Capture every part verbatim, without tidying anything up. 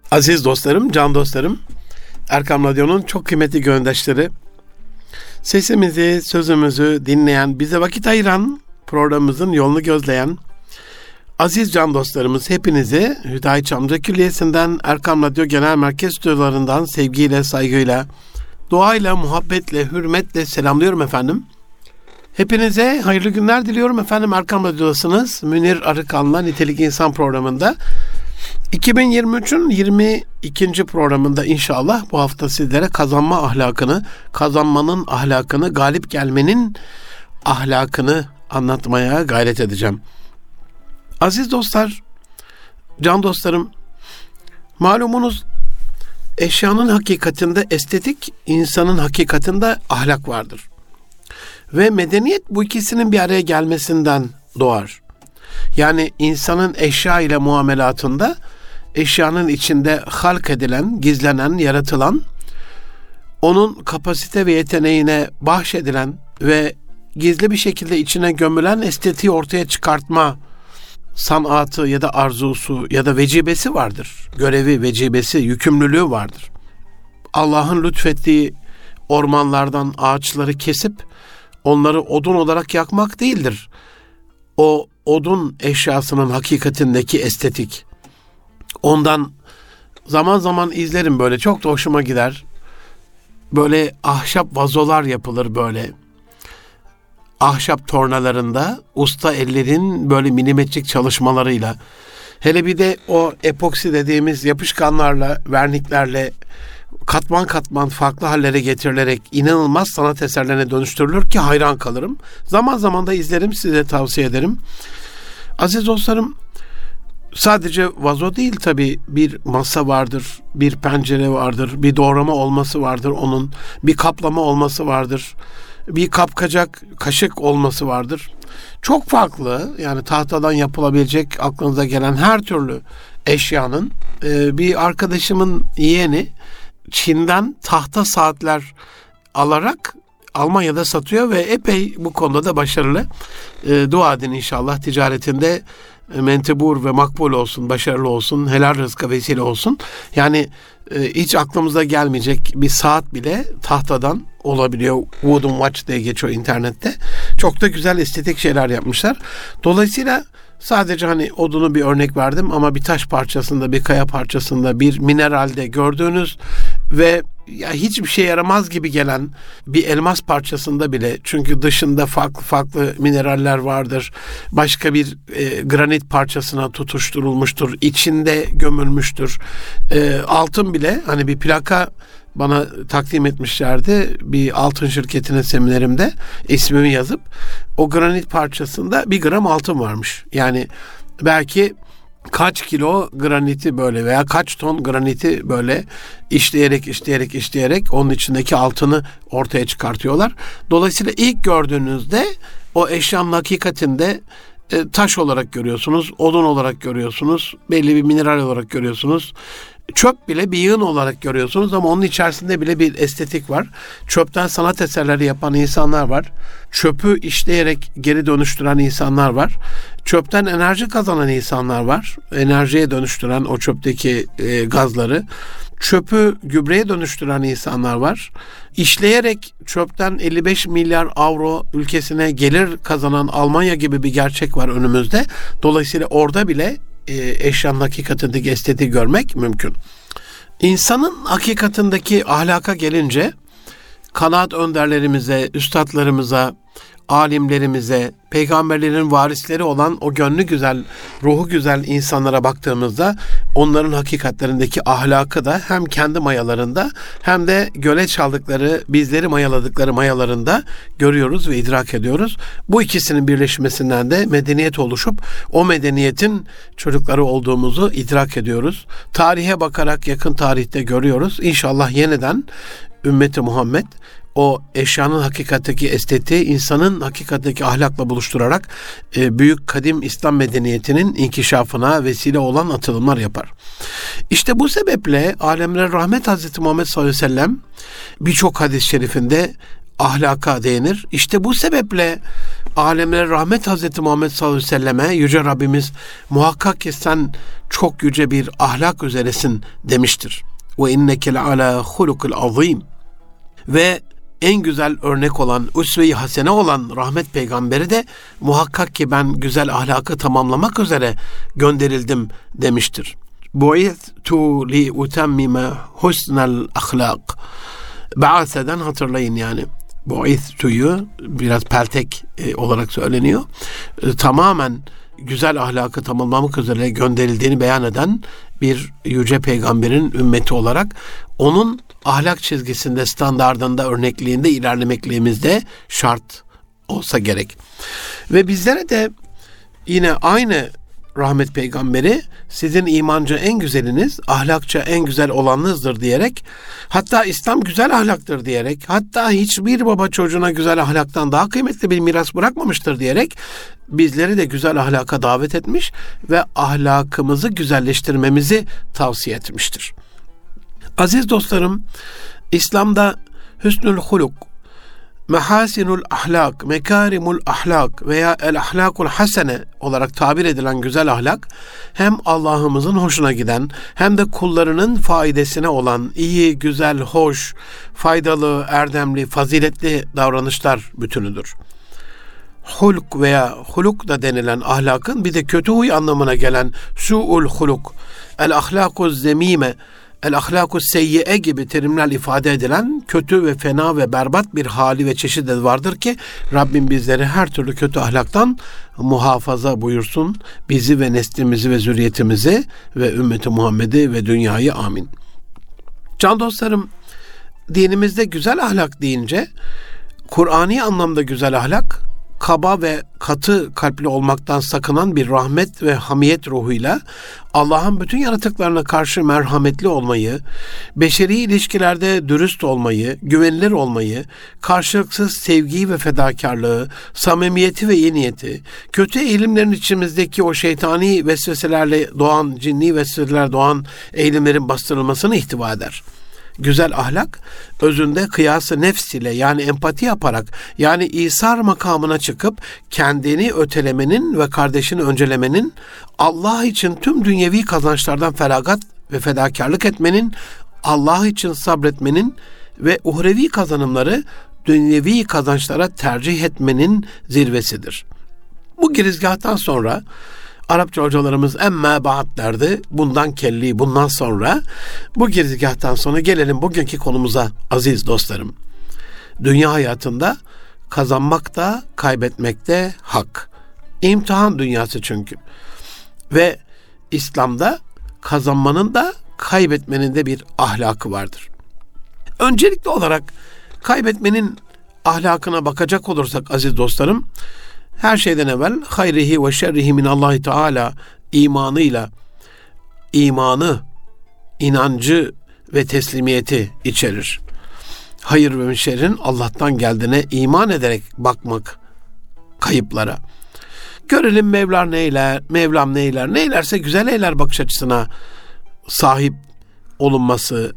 Aziz dostlarım, can dostlarım, Erkam Radyo'nun çok kıymetli gönüldaşları, sesimizi, sözümüzü dinleyen, bize vakit ayıran, programımızın yolunu gözleyen aziz can dostlarımız, hepinizi Hüdayi Çamlıca Külliyesi'nden, Erkam Radyo Genel Merkez stüdyolarından sevgiyle, saygıyla, duayla, muhabbetle, hürmetle selamlıyorum efendim. Hepinize hayırlı günler diliyorum efendim. Erkam Radyo'dasınız. Münir Arıkan'la Nitelik İnsan programında. iki bin yirmi üçün yirmi ikinci programında inşallah bu hafta sizlere kazanma ahlakını, kazanmanın ahlakını, galip gelmenin ahlakını anlatmaya gayret edeceğim. Aziz dostlar, can dostlarım, malumunuz eşyanın hakikatinde estetik, insanın hakikatinde ahlak vardır. Ve medeniyet bu ikisinin bir araya gelmesinden doğar. Yani insanın eşya ile muamelatında eşyanın içinde halk edilen, gizlenen, yaratılan, onun kapasite ve yeteneğine bahşedilen ve gizli bir şekilde içine gömülen estetiği ortaya çıkartma sanatı ya da arzusu ya da vecibesi vardır. Görevi, vecibesi, yükümlülüğü vardır. Allah'ın lütfettiği ormanlardan ağaçları kesip onları odun olarak yakmak değildir. O odun eşyasının hakikatindeki estetik. Ondan zaman zaman izlerim, böyle çok da hoşuma gider. Böyle ahşap vazolar yapılır böyle. Ahşap tornalarında usta ellerin böyle milimetrik çalışmalarıyla. Hele bir de o epoksi dediğimiz yapışkanlarla, verniklerle katman katman farklı hallere getirilerek inanılmaz sanat eserlerine dönüştürülür ki hayran kalırım. Zaman zaman da izlerim, size tavsiye ederim. Aziz dostlarım, sadece vazo değil tabii, bir masa vardır, bir pencere vardır, bir doğrama olması vardır onun, bir kaplama olması vardır, bir kapkacak, kaşık olması vardır. Çok farklı, yani tahtadan yapılabilecek aklınıza gelen her türlü eşyanın, e, bir arkadaşımın yeğeni Çin'den tahta saatler alarak Almanya'da satıyor ve epey bu konuda da başarılı. E, dua edin inşallah ticaretinde e, mentebur ve makbul olsun, başarılı olsun, helal rızka vesile olsun. Yani e, hiç aklımıza gelmeyecek bir saat bile tahtadan olabiliyor. Wooden Watch diye geçiyor internette. Çok da güzel estetik şeyler yapmışlar. Dolayısıyla sadece hani odunu bir örnek verdim ama bir taş parçasında, bir kaya parçasında, bir mineralde gördüğünüz ve ya hiçbir şey yaramaz gibi gelen bir elmas parçasında bile, çünkü dışında farklı farklı mineraller vardır. Başka bir e, granit parçasına tutuşturulmuştur, içinde gömülmüştür. E, altın bile, hani bir plaka bana takdim etmişlerdi bir altın şirketinin seminerimde, ismimi yazıp o granit parçasında bir gram altın varmış. Yani belki kaç kilo graniti böyle veya kaç ton graniti böyle işleyerek işleyerek işleyerek onun içindeki altını ortaya çıkartıyorlar. Dolayısıyla ilk gördüğünüzde o eşyanın hakikatinde e, taş olarak görüyorsunuz, odun olarak görüyorsunuz, belli bir mineral olarak görüyorsunuz. Çöp bile bir yığın olarak görüyorsunuz ama onun içerisinde bile bir estetik var. Çöpten sanat eserleri yapan insanlar var. Çöpü işleyerek geri dönüştüren insanlar var. Çöpten enerji kazanan insanlar var. Enerjiye dönüştüren o çöpteki e, gazları. Çöpü gübreye dönüştüren insanlar var. İşleyerek çöpten elli beş milyar avro ülkesine gelir kazanan Almanya gibi bir gerçek var önümüzde. Dolayısıyla orada bile eşyanın hakikatindeki estetiği görmek mümkün. İnsanın hakikatindeki ahlaka gelince kanaat önderlerimize, üstadlarımıza, alimlerimize, peygamberlerin varisleri olan o gönlü güzel, ruhu güzel insanlara baktığımızda onların hakikatlerindeki ahlakı da hem kendi mayalarında hem de göle çaldıkları, bizleri mayaladıkları mayalarında görüyoruz ve idrak ediyoruz. Bu ikisinin birleşmesinden de medeniyet oluşup o medeniyetin çocukları olduğumuzu idrak ediyoruz. Tarihe bakarak yakın tarihte görüyoruz. İnşallah yeniden ümmeti Muhammed o eşyanın hakikatteki estetiği insanın hakikatteki ahlakla buluşturarak e, büyük kadim İslam medeniyetinin inkişafına vesile olan atılımlar yapar. İşte bu sebeple alemlere rahmet Hazreti Muhammed sallallahu aleyhi ve sellem birçok hadis-i şerifinde ahlaka değinir. İşte bu sebeple alemlere rahmet Hazreti Muhammed sallallahu aleyhi ve selleme Yüce Rabbimiz muhakkak ki sen çok yüce bir ahlak üzeresin demiştir. Ve inneke le'ala hulukul azim. Ve en güzel örnek olan, usve-i hasene olan rahmet peygamberi de muhakkak ki ben güzel ahlakı tamamlamak üzere gönderildim demiştir. Bu'ithu li utemmime husnel ahlak. Ba'aseden hatırlayın yani. Bu'ithu'yu biraz peltek e, olarak söyleniyor. E, tamamen güzel ahlakı tamamlamak üzere gönderildiğini beyan eden bir yüce peygamberin ümmeti olarak onun ahlak çizgisinde, standardında, örnekliğinde ilerlemekliğimizde şart olsa gerek. Ve bizlere de yine aynı rahmet peygamberi sizin imancı en güzeliniz, ahlakça en güzel olanınızdır diyerek, hatta İslam güzel ahlaktır diyerek, hatta hiçbir baba çocuğuna güzel ahlaktan daha kıymetli bir miras bırakmamıştır diyerek bizleri de güzel ahlaka davet etmiş ve ahlakımızı güzelleştirmemizi tavsiye etmiştir. Aziz dostlarım, İslam'da hüsnül huluk, mehasinul ahlak, mekarimul ahlak veya el ahlakul hasene olarak tabir edilen güzel ahlak hem Allah'ımızın hoşuna giden hem de kullarının faydasına olan iyi, güzel, hoş, faydalı, erdemli, faziletli davranışlar bütünüdür. Hulk veya huluk da denilen ahlakın bir de kötü huy anlamına gelen su'ul huluk, el ahlakuz zemime, el ahlakus seyyiye gibi terimler ifade edilen kötü ve fena ve berbat bir hali ve çeşidi vardır ki Rabbim bizleri her türlü kötü ahlaktan muhafaza buyursun. Bizi ve neslimizi ve zürriyetimizi ve ümmeti Muhammed'i ve dünyayı amin. Can dostlarım, dinimizde güzel ahlak deyince Kur'ani anlamda güzel ahlak, kaba ve katı kalpli olmaktan sakınan bir rahmet ve hamiyet ruhuyla Allah'ın bütün yaratıklarına karşı merhametli olmayı, beşeri ilişkilerde dürüst olmayı, güvenilir olmayı, karşılıksız sevgiyi ve fedakarlığı, samimiyeti ve iyi niyeti, kötü eğilimlerin içimizdeki o şeytani vesveselerle doğan, cinni vesveselerle doğan eğilimlerin bastırılmasını ihtiva eder. Güzel ahlak, özünde kıyası nefs ile yani empati yaparak yani İsar makamına çıkıp kendini ötelemenin ve kardeşini öncelemenin, Allah için tüm dünyevi kazançlardan feragat ve fedakarlık etmenin, Allah için sabretmenin ve uhrevi kazanımları dünyevi kazançlara tercih etmenin zirvesidir. Bu girizgahtan sonra Arapça hocalarımız emme ba'd derdi. Bundan kelli, bundan sonra, bu girizgahtan sonra gelelim bugünkü konumuza aziz dostlarım. Dünya hayatında kazanmak da kaybetmek de hak. İmtihan dünyası çünkü. Ve İslam'da kazanmanın da kaybetmenin de bir ahlakı vardır. Öncelikli olarak kaybetmenin ahlakına bakacak olursak aziz dostlarım, her şeyden evvel hayrihi ve şerrihi minallahi teala imanıyla imanı, inancı ve teslimiyeti içerir. Hayır ve şerrin Allah'tan geldiğine iman ederek bakmak kayıplara. Görelim Mevlam neyler, Mevlam neyler, neylerse güzel eyler bakış açısına sahip olunması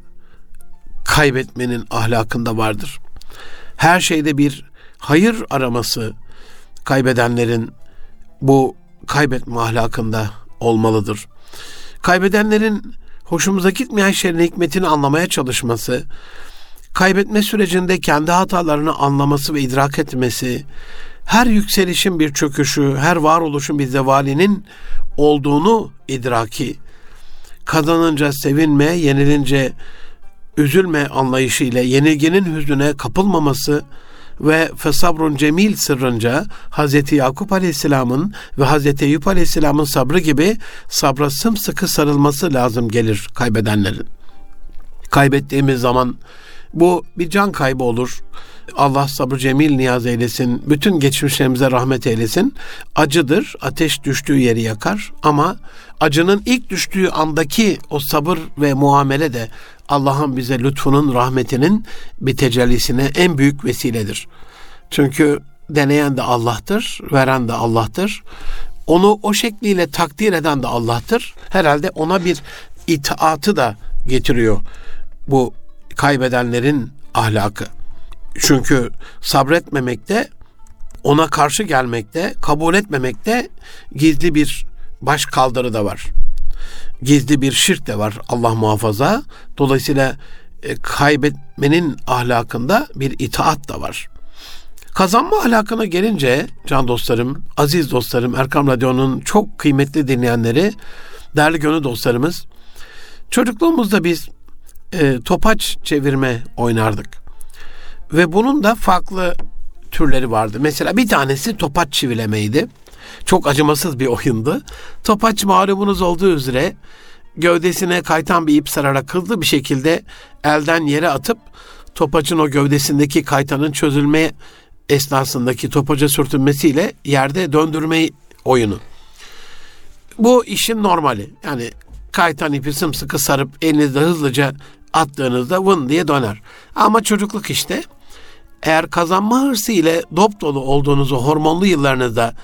kaybetmenin ahlakında vardır. Her şeyde bir hayır araması kaybedenlerin bu kaybetme ahlakında olmalıdır. Kaybedenlerin hoşumuza gitmeyen şeylerin hikmetini anlamaya çalışması, kaybetme sürecinde kendi hatalarını anlaması ve idrak etmesi, her yükselişin bir çöküşü, her varoluşun bir zevalinin olduğunu idraki, kazanınca sevinme, yenilince üzülme anlayışıyla yenilginin hüznüne kapılmaması ve fesabrun cemil sırrınca Hazreti Yakup Aleyhisselam'ın ve Hazreti Eyüp Aleyhisselam'ın sabrı gibi sabra sımsıkı sarılması lazım gelir kaybedenlerin. Kaybettiğimiz zaman bu bir can kaybı olur. Allah sabrı cemil niyaz eylesin. Bütün geçmişlerimize rahmet eylesin. Acıdır. Ateş düştüğü yeri yakar. Ama acının ilk düştüğü andaki o sabır ve muamele de Allah'ın bize lütfunun, rahmetinin bir tecellisine en büyük vesiledir. Çünkü deneyen de Allah'tır, veren de Allah'tır. Onu o şekliyle takdir eden de Allah'tır. Herhalde ona bir itaatı da getiriyor bu kaybedenlerin ahlakı. Çünkü sabretmemekte ona karşı gelmekte, kabul etmemekte gizli bir baş kaldırı da var. Gizli bir şirk de var, Allah muhafaza. Dolayısıyla e, kaybetmenin ahlakında bir itaat da var. Kazanma ahlakına gelince can dostlarım, aziz dostlarım, Erkam Radyo'nun çok kıymetli dinleyenleri, değerli gönül dostlarımız, çocukluğumuzda biz e, topaç çevirme oynardık. Ve bunun da farklı türleri vardı. Mesela bir tanesi topaç çivilemeydi. Çok acımasız bir oyundu. Topaç malumunuz olduğu üzere gövdesine kaytan bir ip sararak hızlı bir şekilde elden yere atıp topaçın o gövdesindeki kaytanın çözülme esnasındaki topaca sürtünmesiyle yerde döndürme oyunu. Bu işin normali. Yani kaytan ipi sımsıkı sarıp elinizde hızlıca attığınızda vın diye döner. Ama çocukluk işte. Eğer kazanma hırsı ile dop dolu olduğunuz o hormonlu yıllarınızda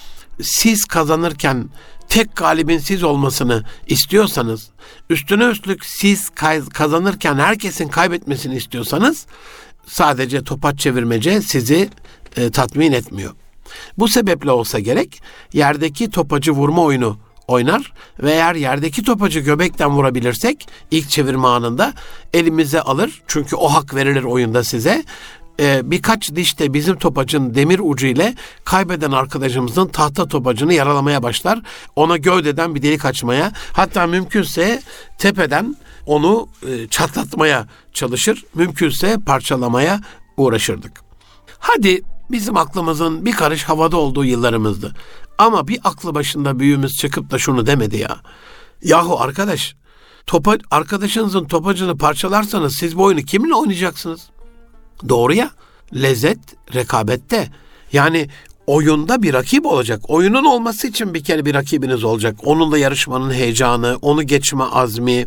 siz kazanırken tek galibin siz olmasını istiyorsanız, üstüne üstlük siz kazanırken herkesin kaybetmesini istiyorsanız, sadece topaç çevirmece sizi e, tatmin etmiyor. Bu sebeple olsa gerek yerdeki topacı vurma oyunu oynar ve eğer yerdeki topacı göbekten vurabilirsek ilk çevirme anında elimize alır. Çünkü o hak verilir oyunda size. Ee, birkaç diş de bizim topacın demir ucu ile kaybeden arkadaşımızın tahta topacını yaralamaya başlar. Ona gövdeden bir delik açmaya, hatta mümkünse tepeden onu e, çatlatmaya çalışır. Mümkünse parçalamaya uğraşırdık. Hadi bizim aklımızın bir karış havada olduğu yıllarımızdı. Ama bir aklı başında büyüğümüz çıkıp da şunu demedi ya. Yahu arkadaş, topa, arkadaşınızın topacını parçalarsanız siz bu oyunu kiminle oynayacaksınız? Doğru ya, lezzet rekabette. Yani oyunda bir rakip olacak. Oyunun olması için bir kere bir rakibiniz olacak. Onunla yarışmanın heyecanı, onu geçme azmi,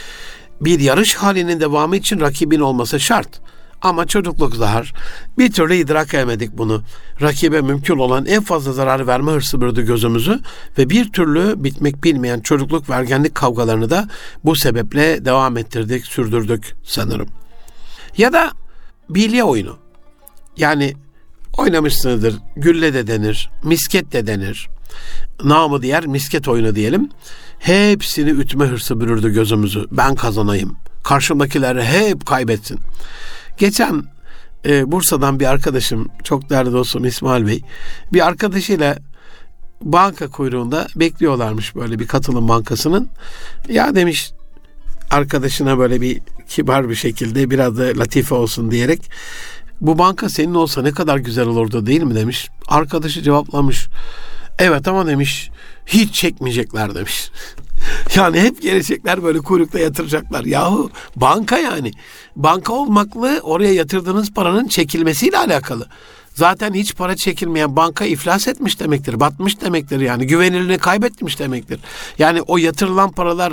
bir yarış halinin devamı için rakibin olması şart. Ama çocukluk zahar. Bir türlü idrak edemedik bunu. Rakibe mümkün olan en fazla zarar verme hırsı bürüdü gözümüzü ve bir türlü bitmek bilmeyen çocukluk ve ergenlik kavgalarını da bu sebeple devam ettirdik, sürdürdük sanırım. Ya da bilye oyunu. Yani oynamışsınızdır. Gülle de denir, misket de denir. Namı diğer misket oyunu diyelim. Hepsini ütme hırsı bürürdü gözümüzü. Ben kazanayım. Karşımdakileri hep kaybetsin. Geçen e, Bursa'dan bir arkadaşım, çok değerli dostum İsmail Bey, bir arkadaşıyla banka kuyruğunda bekliyorlarmış, böyle bir katılım bankasının. Ya demiş arkadaşına böyle bir kibar bir şekilde, biraz da latife olsun diyerek, bu banka senin olsa ne kadar güzel olurdu değil mi demiş. Arkadaşı cevaplamış, evet ama demiş hiç çekmeyecekler demiş. Yani hep gelecekler, böyle kuyrukta yatıracaklar. Yahu banka yani. Banka olmakla oraya yatırdığınız paranın çekilmesiyle alakalı. Zaten hiç para çekilmeyen banka iflas etmiş demektir. Batmış demektir yani. Güvenilirliğini kaybetmiş demektir. Yani o yatırılan paralar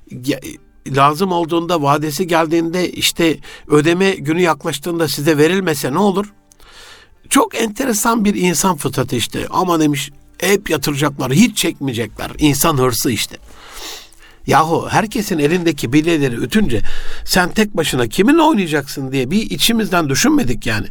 lazım olduğunda, vadesi geldiğinde, işte ödeme günü yaklaştığında size verilmese ne olur? Çok enteresan bir insan fıtratı işte. Ama demiş hep yatıracaklar, hiç çekmeyecekler. İnsan hırsı işte. Yahu herkesin elindeki bilyeleri ütünce sen tek başına kiminle oynayacaksın diye bir içimizden düşünmedik yani.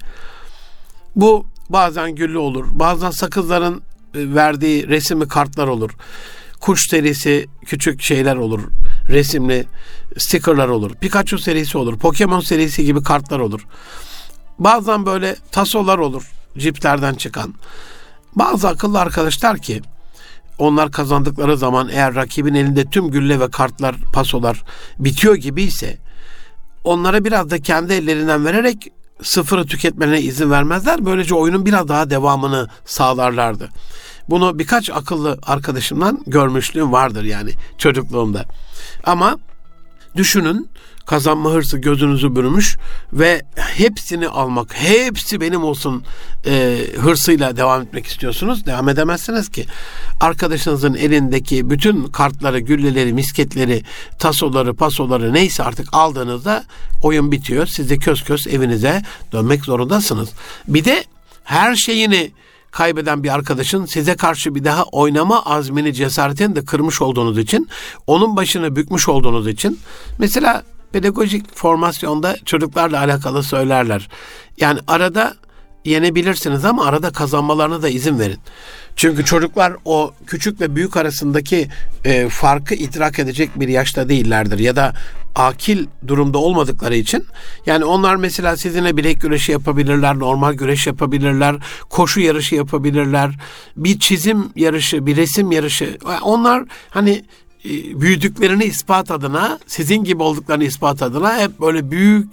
Bu bazen güllü olur, bazen sakızların verdiği resimli kartlar olur. Kuş serisi küçük şeyler olur, resimli stickerlar olur. Pikachu serisi olur, Pokemon serisi gibi kartlar olur. Bazen böyle tasolar olur, ciplerden çıkan. Bazı akıllı arkadaşlar ki onlar kazandıkları zaman eğer rakibin elinde tüm gülle ve kartlar, pasolar bitiyor gibiyse onlara biraz da kendi ellerinden vererek sıfırı tüketmelerine izin vermezler. Böylece oyunun biraz daha devamını sağlarlardı. Bunu birkaç akıllı arkadaşımdan görmüşlüğüm vardır yani çocukluğumda. Ama düşünün, kazanma hırsı gözünüzü bürümüş ve hepsini almak, hepsi benim olsun e, hırsıyla devam etmek istiyorsunuz. Devam edemezsiniz ki. Arkadaşınızın elindeki bütün kartları, gülleleri, misketleri, tasoları, pasoları neyse artık aldığınızda oyun bitiyor. Siz de kös kös evinize dönmek zorundasınız. Bir de her şeyini kaybeden bir arkadaşın size karşı bir daha oynama azmini, cesaretini de kırmış olduğunuz için, onun başını bükmüş olduğunuz için, mesela pedagojik formasyonda çocuklarla alakalı söylerler. Yani arada yenebilirsiniz ama arada kazanmalarına da izin verin. Çünkü çocuklar o küçük ve büyük arasındaki e, farkı idrak edecek bir yaşta değillerdir. Ya da akil durumda olmadıkları için. Yani onlar mesela sizinle bilek güreşi yapabilirler, normal güreş yapabilirler, koşu yarışı yapabilirler, bir çizim yarışı, bir resim yarışı. Onlar hani büyüdüklerini ispat adına, sizin gibi olduklarını ispat adına hep böyle büyük,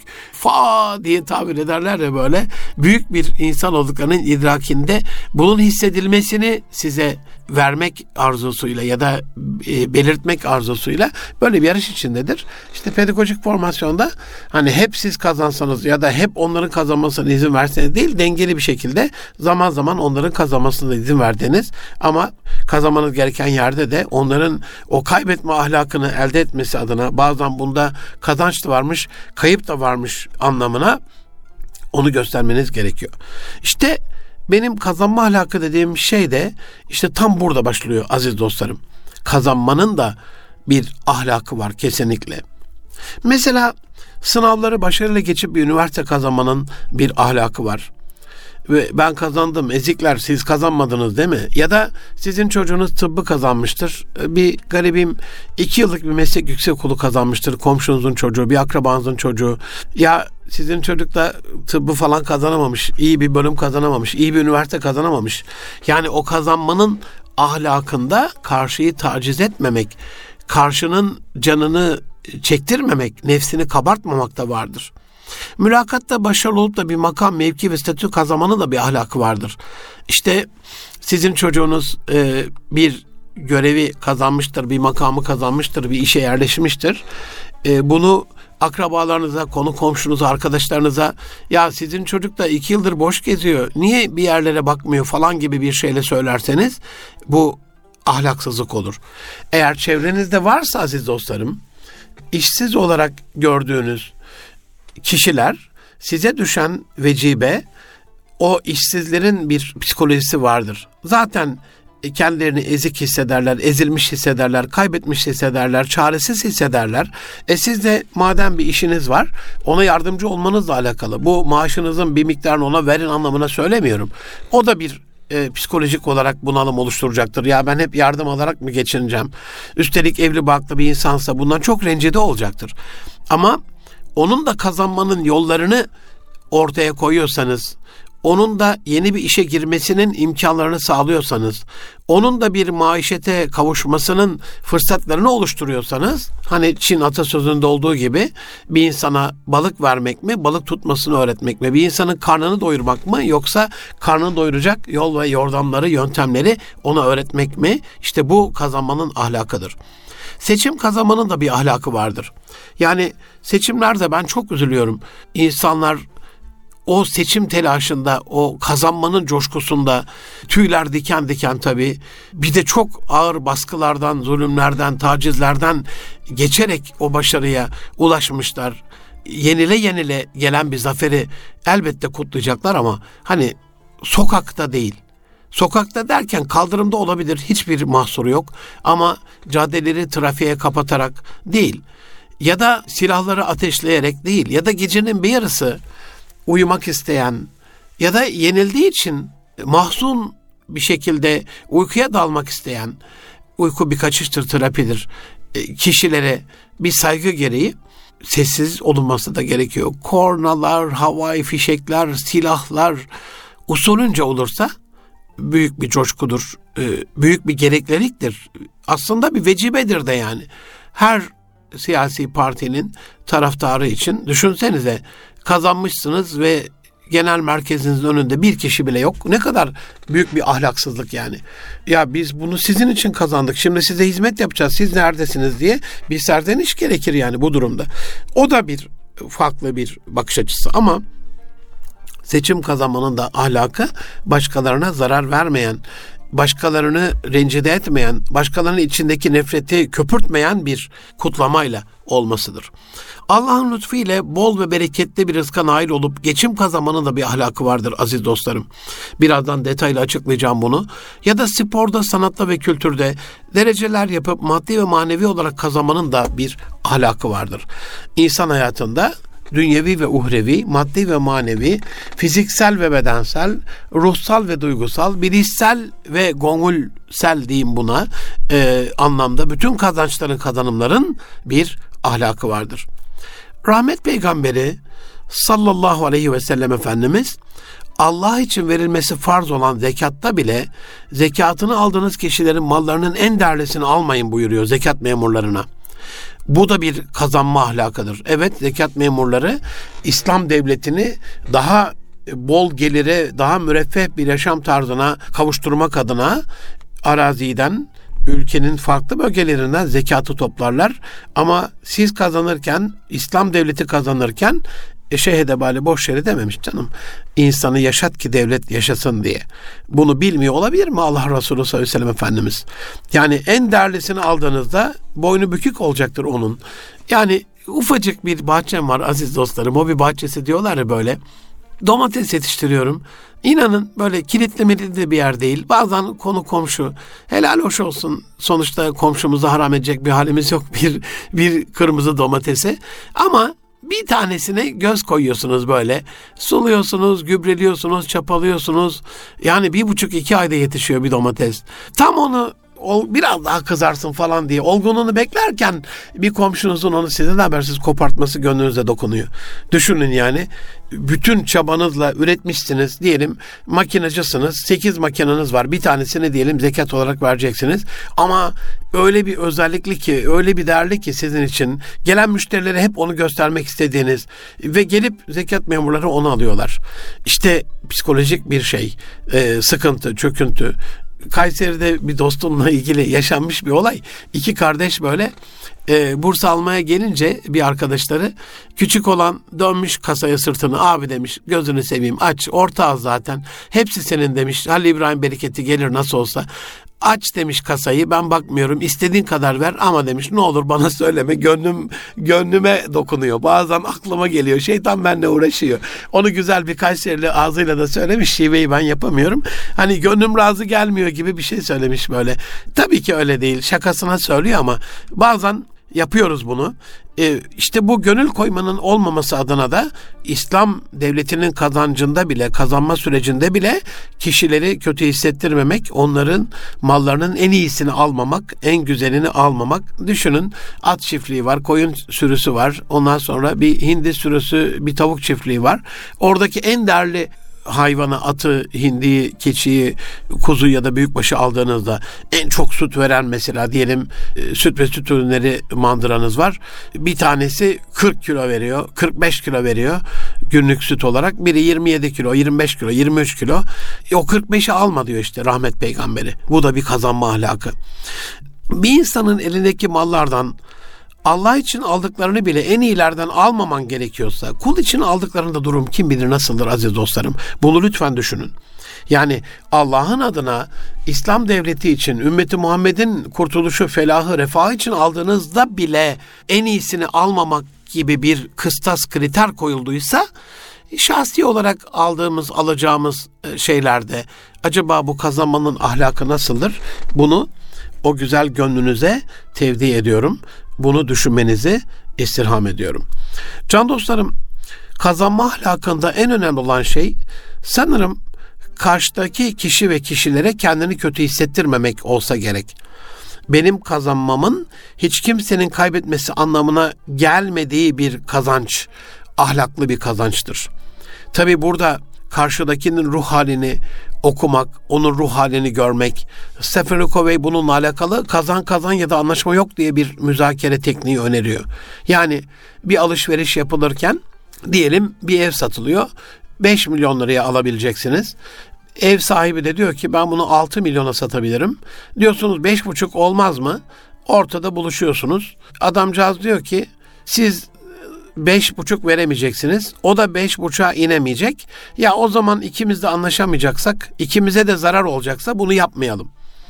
fa diye tabir ederler ya, böyle büyük bir insan olduklarının idrakinde bunun hissedilmesini size vermek arzusuyla ya da e, belirtmek arzusuyla böyle bir yarış içindedir. İşte pedagojik formasyonda hani hep siz kazansanız ya da hep onların kazanmasına izin verseniz değil, dengeli bir şekilde zaman zaman onların kazanmasına izin verdiğiniz ama kazanmanız gereken yerde de onların o kaybetme ahlakını elde etmesi adına, bazen bunda kazanç da varmış, kayıp da varmış anlamına onu göstermeniz gerekiyor. İşte benim kazanma ahlakı dediğim şey de işte tam burada başlıyor aziz dostlarım. Kazanmanın da bir ahlakı var kesinlikle. Mesela sınavları başarıyla geçip bir üniversite kazanmanın bir ahlakı var. Ve ben kazandım, ezikler siz kazanmadınız değil mi? Ya da sizin çocuğunuz tıbbı kazanmıştır. Bir garibim iki yıllık bir meslek yüksekokulu kazanmıştır. Komşunuzun çocuğu, bir akrabanızın çocuğu. Ya sizin çocuk da tıbbı falan kazanamamış, iyi bir bölüm kazanamamış, iyi bir üniversite kazanamamış. Yani o kazanmanın ahlakında karşıyı taciz etmemek, karşının canını çektirmemek, nefsini kabartmamak da vardır. Mülakatta başarılı olup da bir makam, mevki ve statü kazanmanın da bir ahlakı vardır. İşte sizin çocuğunuz e, bir görevi kazanmıştır, bir makamı kazanmıştır, bir işe yerleşmiştir. E, bunu akrabalarınıza, konu komşunuza, arkadaşlarınıza, ya sizin çocuk da iki yıldır boş geziyor, niye bir yerlere bakmıyor falan gibi bir şeyle söylerseniz bu ahlaksızlık olur. Eğer çevrenizde varsa aziz dostlarım, işsiz olarak gördüğünüz kişiler, size düşen vecibe, o işsizlerin bir psikolojisi vardır. Zaten kendilerini ezik hissederler, ezilmiş hissederler, kaybetmiş hissederler, çaresiz hissederler. E siz de madem bir işiniz var, ona yardımcı olmanızla alakalı. Bu maaşınızın bir miktarını ona verin anlamına söylemiyorum. O da bir e, psikolojik olarak bunalım oluşturacaktır. Ya ben hep yardım alarak mı geçineceğim? Üstelik evli barklı bir insansa bundan çok rencide olacaktır. Ama onun da kazanmanın yollarını ortaya koyuyorsanız, onun da yeni bir işe girmesinin imkanlarını sağlıyorsanız, onun da bir maişete kavuşmasının fırsatlarını oluşturuyorsanız, hani Çin atasözünde olduğu gibi bir insana balık vermek mi, balık tutmasını öğretmek mi, bir insanın karnını doyurmak mı, yoksa karnını doyuracak yol ve yordamları, yöntemleri ona öğretmek mi? İşte bu kazanmanın ahlakıdır. Seçim kazanmanın da bir ahlakı vardır. Yani seçimlerde ben çok üzülüyorum. İnsanlar o seçim telaşında, o kazanmanın coşkusunda tüyler diken diken tabii. Bir de çok ağır baskılardan, zulümlerden, tacizlerden geçerek o başarıya ulaşmışlar. Yenile yenile gelen bir zaferi elbette kutlayacaklar ama hani sokakta değil. Sokakta derken kaldırımda olabilir, hiçbir mahsuru yok. Ama caddeleri trafiğe kapatarak değil. Ya da silahları ateşleyerek değil. Ya da gecenin bir yarısı uyumak isteyen ya da yenildiği için mahzun bir şekilde uykuya dalmak isteyen, uyku bir kaçıştır, terapidir, kişilere bir saygı gereği sessiz olunması da gerekiyor. Kornalar, havai fişekler, silahlar usulünce olursa büyük bir coşkudur, büyük bir gerekliliktir. Aslında bir vecibedir de yani. Her siyasi partinin taraftarı için düşünsenize, kazanmışsınız ve genel merkezinizin önünde bir kişi bile yok. Ne kadar büyük bir ahlaksızlık yani. Ya biz bunu sizin için kazandık, şimdi size hizmet yapacağız, siz neredesiniz diye bir serzeniş gerekir yani bu durumda. O da bir farklı bir bakış açısı ama seçim kazanmanın da ahlakı başkalarına zarar vermeyen, başkalarını rencide etmeyen, başkalarının içindeki nefreti köpürtmeyen bir kutlamayla olmasıdır. Allah'ın lütfuyla bol ve bereketli bir rızka nail olup geçim kazanmanın da bir ahlakı vardır aziz dostlarım. Birazdan detaylı açıklayacağım bunu. Ya da sporda, sanatta ve kültürde dereceler yapıp maddi ve manevi olarak kazanmanın da bir ahlakı vardır. İnsan hayatında dünyevi ve uhrevi, maddi ve manevi, fiziksel ve bedensel, ruhsal ve duygusal, bilişsel ve gongulsel diyeyim buna e, anlamda bütün kazançların, kazanımların bir ahlakı vardır. Rahmet Peygamberi sallallahu aleyhi ve sellem Efendimiz Allah için verilmesi farz olan zekatta bile zekatını aldığınız kişilerin mallarının en değerlisini almayın buyuruyor zekat memurlarına. Bu da bir kazanma ahlakıdır. Evet, zekat memurları İslam devletini daha bol gelire, daha müreffeh bir yaşam tarzına kavuşturmak adına araziden, ülkenin farklı bölgelerinden zekatı toplarlar. Ama siz kazanırken, İslam devleti kazanırken E şehedebali boş yere dememiş canım. İnsanı yaşat ki devlet yaşasın diye. Bunu bilmiyor olabilir mi Allah Resulü sallallahu aleyhi ve sellem Efendimiz? Yani en değerlisini aldığınızda boynu bükük olacaktır onun. Yani ufacık bir bahçem var aziz dostlarım. O bir bahçesi diyorlar ya böyle. Domates yetiştiriyorum. İnanın böyle kilitli militli bir yer değil. Bazen konu komşu. Helal hoş olsun. Sonuçta komşumuza haram edecek bir halimiz yok. Bir, bir kırmızı domatese. Ama bir tanesine göz koyuyorsunuz böyle. Suluyorsunuz, gübreliyorsunuz, çapalıyorsunuz. Yani bir buçuk iki ayda yetişiyor bir domates. Tam onu biraz daha kızarsın falan diye olgunluğunu beklerken bir komşunuzun onu sizden habersiz kopartması gönlünüze dokunuyor. Düşünün yani. Bütün çabanızla üretmişsiniz. Diyelim makinacısınız. sekiz makineniz var. Bir tanesini diyelim zekat olarak vereceksiniz. Ama öyle bir özellikli ki, öyle bir değerli ki sizin için gelen müşterilere hep onu göstermek istediğiniz ve gelip zekat memurları onu alıyorlar. İşte psikolojik bir şey, e, sıkıntı, çöküntü. Kayseri'de bir dostumla ilgili yaşanmış bir olay. İki kardeş böyle e, burs almaya gelince bir arkadaşları, küçük olan dönmüş kasaya sırtını, abi demiş gözünü seveyim aç, ortağız zaten, hepsi senin demiş, Halil İbrahim bereketi gelir nasıl olsa. Aç demiş kasayı, ben bakmıyorum, istediğin kadar ver ama demiş ne olur bana söyleme, gönlüm gönlüme dokunuyor. Bazen aklıma geliyor, şeytan benimle uğraşıyor. Onu güzel bir Kayserili ağzıyla da söylemiş, şiveyi ben yapamıyorum. Hani gönlüm razı gelmiyor gibi bir şey söylemiş böyle. Tabii ki öyle değil, şakasına söylüyor ama bazen yapıyoruz bunu. Ee, işte bu gönül koymanın olmaması adına da İslam devletinin kazancında bile, kazanma sürecinde bile kişileri kötü hissettirmemek, onların mallarının en iyisini almamak, en güzelini almamak. Düşünün, at çiftliği var, koyun sürüsü var, ondan sonra bir hindi sürüsü, bir tavuk çiftliği var. Oradaki en değerli hayvanı, atı, hindiyi, keçiyi, kuzu ya da büyükbaşı aldığınızda en çok süt veren mesela diyelim e, süt ve süt ürünleri mandıranız var. Bir tanesi kırk kilo veriyor, kırk beş kilo veriyor günlük süt olarak. Biri yirmi yedi kilo, yirmi beş kilo, yirmi üç kilo. E, o kırk beşi alma diyor işte rahmet peygamberi. Bu da bir kazanma ahlakı. Bir insanın elindeki mallardan Allah için aldıklarını bile en iyilerden almaman gerekiyorsa, kul için aldıklarında durum kim bilir nasıldır aziz dostlarım. Bunu lütfen düşünün. Yani Allah'ın adına, İslam devleti için, ümmeti Muhammed'in kurtuluşu, felahı, refahı için aldığınızda bile en iyisini almamak gibi bir kıstas, kriter koyulduysa, şahsi olarak aldığımız, alacağımız şeylerde acaba bu kazanmanın ahlakı nasıldır? Bunu o güzel gönlünüze tevdi ediyorum. Bunu düşünmenizi istirham ediyorum. Can dostlarım, kazanma ahlakında en önemli olan şey sanırım karşıdaki kişi ve kişilere kendini kötü hissettirmemek olsa gerek. Benim kazanmamın hiç kimsenin kaybetmesi anlamına gelmediği bir kazanç, ahlaklı bir kazançtır. Tabii burada karşıdakinin ruh halini okumak, onun ruh halini görmek. Stephen Covey bununla alakalı kazan kazan ya da anlaşma yok diye bir müzakere tekniği öneriyor. Yani bir alışveriş yapılırken diyelim bir ev satılıyor. beş milyon liraya alabileceksiniz. Ev sahibi de diyor ki ben bunu altı milyona satabilirim. Diyorsunuz beş buçuk olmaz mı? Ortada buluşuyorsunuz. Adamcağız diyor ki siz beş buçuk veremeyeceksiniz. O da beş buçuğa inemeyecek. Ya o zaman ikimiz de anlaşamayacaksak, ikimize de zarar olacaksa bunu yapmayalım.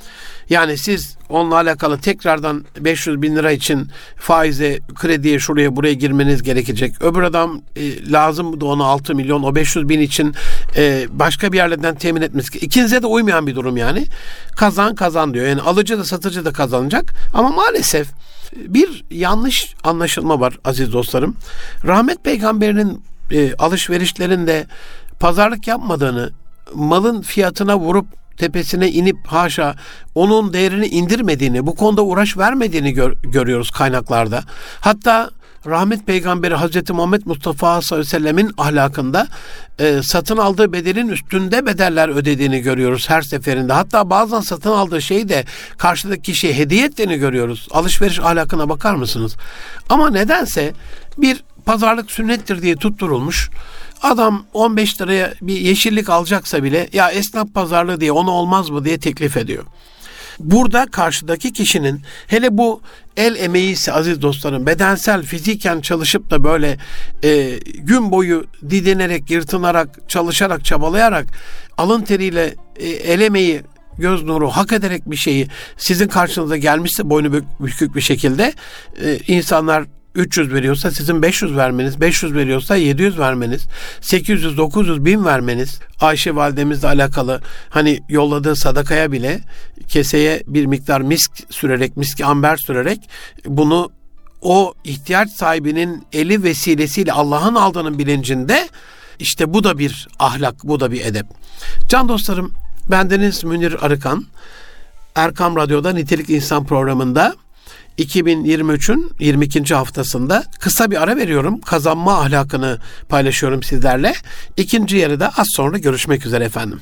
Yani siz onunla alakalı tekrardan beş yüz bin lira için faize, krediye, şuraya buraya girmeniz gerekecek. Öbür adam e, lazım da ona altı milyon, o beş yüz bin için e, başka bir yerlerden temin etmesi. İkinize de uymayan bir durum yani. Kazan kazan diyor. Yani alıcı da satıcı da kazanacak. Ama maalesef bir yanlış anlaşılma var aziz dostlarım. Rahmet Peygamberinin e, alışverişlerinde pazarlık yapmadığını, malın fiyatına vurup tepesine inip haşa onun değerini indirmediğini, bu konuda uğraş vermediğini gör, görüyoruz kaynaklarda. Hatta Rahmet Peygamberi Hazreti Muhammed Mustafa sallallahu aleyhi ve sellemin ahlakında e, satın aldığı bedelin üstünde bedeller ödediğini görüyoruz her seferinde. Hatta bazen satın aldığı şeyi de karşıdaki kişiye hediye ettiğini görüyoruz. Alışveriş ahlakına bakar mısınız? Ama nedense bir pazarlık sünnettir diye tutturulmuş. Adam on beş liraya bir yeşillik alacaksa bile ya esnaf pazarlığı diye ona olmaz mı diye teklif ediyor. Burada karşıdaki kişinin hele bu el emeği ise aziz dostlarım, bedensel fiziken çalışıp da böyle e, gün boyu didinerek, yırtınarak, çalışarak, çabalayarak alın teriyle e, el emeği, göz nuru hak ederek bir şeyi sizin karşınıza gelmişse boynu bükük bir şekilde e, insanlar üç yüz veriyorsa sizin beş yüz vermeniz, beş yüz veriyorsa yedi yüz vermeniz, sekiz yüz, dokuz yüz, bin vermeniz, Ayşe validemizle alakalı hani yolladığı sadakaya bile keseye bir miktar misk sürerek, miski amber sürerek bunu o ihtiyaç sahibinin eli vesilesiyle Allah'ın aldığının bilincinde, işte bu da bir ahlak, bu da bir edep. Can dostlarım, bendeniz Münir Arıkan, Erkam Radyo'da Nitelik İnsan programında iki bin yirmi üçün yirmi ikinci haftasında kısa bir ara veriyorum. Kazanma ahlakını paylaşıyorum sizlerle. İkinci yarıda az sonra görüşmek üzere efendim.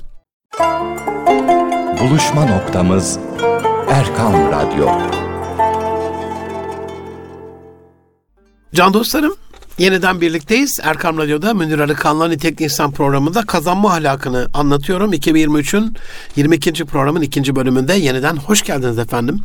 Buluşma noktamız Erkam Radyo. Can dostlarım, yeniden birlikteyiz. Erkam Radyo'da Münir Arıkan'la Nitelik İnsan programında kazanma ahlakını anlatıyorum. iki bin yirmi üçün yirmi ikinci programın ikinci bölümünde yeniden hoş geldiniz efendim.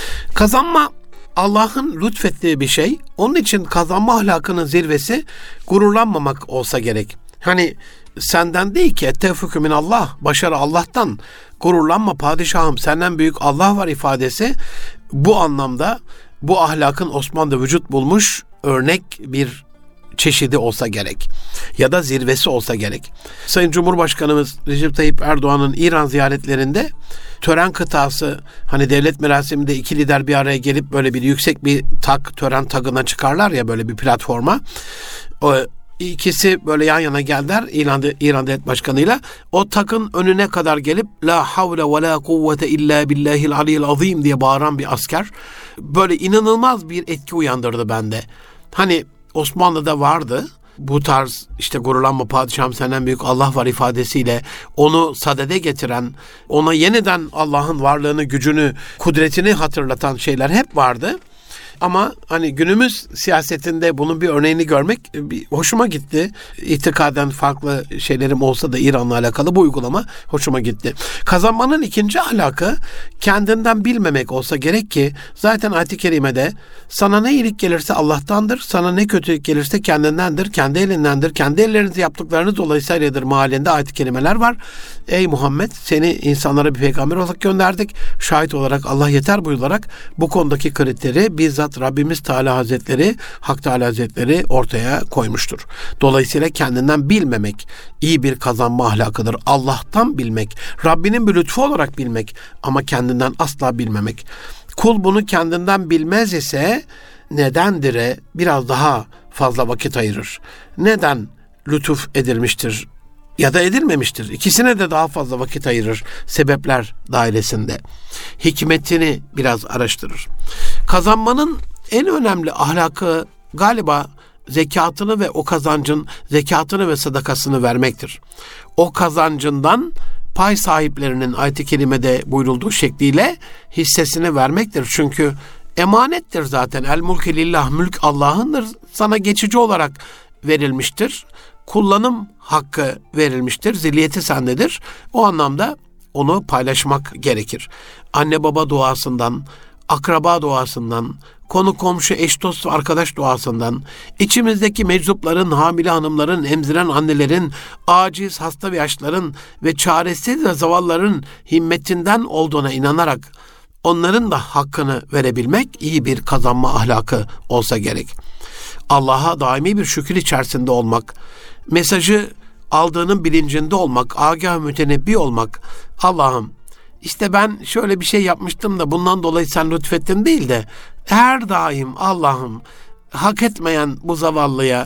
Kazanma Allah'ın lütfettiği bir şey. Onun için kazanma ahlakının zirvesi gururlanmamak olsa gerek. Hani senden değil ki ettevfükü minallah, başarı Allah'tan, gururlanma padişahım, senden büyük Allah var ifadesi bu anlamda bu ahlakın Osmanlı'da vücut bulmuş örnek bir çeşidi olsa gerek. Ya da zirvesi olsa gerek. Sayın Cumhurbaşkanımız Recep Tayyip Erdoğan'ın İran ziyaretlerinde tören kıtası, hani devlet merasiminde iki lider bir araya gelip böyle bir yüksek bir tak, tören tagına çıkarlar ya böyle bir platforma. O ikisi böyle yan yana geldiler İran, İran Devlet Başkanı'yla. O takın önüne kadar gelip la havle ve la kuvvete illa billahil aliyyil azim diye bağıran bir asker. Böyle inanılmaz bir etki uyandırdı bende. Hani Osmanlı'da vardı bu tarz, işte gururlanma padişahım senden büyük Allah var ifadesiyle onu sadede getiren, ona yeniden Allah'ın varlığını, gücünü, kudretini hatırlatan şeyler hep vardı. Ama hani günümüz siyasetinde bunun bir örneğini görmek bir hoşuma gitti. İtikaden farklı şeylerim olsa da İran'la alakalı bu uygulama hoşuma gitti. Kazanmanın ikinci ahlakı kendinden bilmemek olsa gerek ki zaten ayet-i kerimede sana ne iyilik gelirse Allah'tandır, sana ne kötülük gelirse kendindendir, kendi elindendir, kendi ellerinizle yaptıklarınız dolayısıyladır mahallinde ayet-i kerimeler var. Ey Muhammed, seni insanlara bir peygamber olarak gönderdik. Şahit olarak Allah yeter buyurarak bu konudaki kriteri bizzat Rabbimiz Teala Hazretleri, Hak Teala Hazretleri ortaya koymuştur. Dolayısıyla kendinden bilmemek iyi bir kazanma ahlakıdır. Allah'tan bilmek, Rabbinin bir lütfu olarak bilmek ama kendinden asla bilmemek. Kul bunu kendinden bilmez ise nedendire biraz daha fazla vakit ayırır. Neden lütuf edilmiştir ya da edilmemiştir? İkisine de daha fazla vakit ayırır sebepler dairesinde. Hikmetini biraz araştırır. Kazanmanın en önemli ahlakı galiba zekatını ve o kazancın zekatını ve sadakasını vermektir. O kazancından pay sahiplerinin ayet-i kerimede buyurulduğu şekliyle hissesini vermektir. Çünkü emanettir zaten. El mulke lillah, mülk Allah'ındır. Sana geçici olarak verilmiştir. Kullanım hakkı verilmiştir. Zilliyeti sendedir. O anlamda onu paylaşmak gerekir. Anne baba duasından, akraba duasından, konu komşu, eş dost ve arkadaş duasından, içimizdeki meczupların, hamile hanımların, emziren annelerin, aciz, hasta ve yaşların ve çaresiz ve zavalların himmetinden olduğuna inanarak onların da hakkını verebilmek iyi bir kazanma ahlakı olsa gerek. Allah'a daimi bir şükür içerisinde olmak, mesajı aldığının bilincinde olmak, agah mütenebbi olmak. Allah'ım işte ben şöyle bir şey yapmıştım da bundan dolayı sen lütfettin değil de her daim Allah'ım hak etmeyen bu zavallıya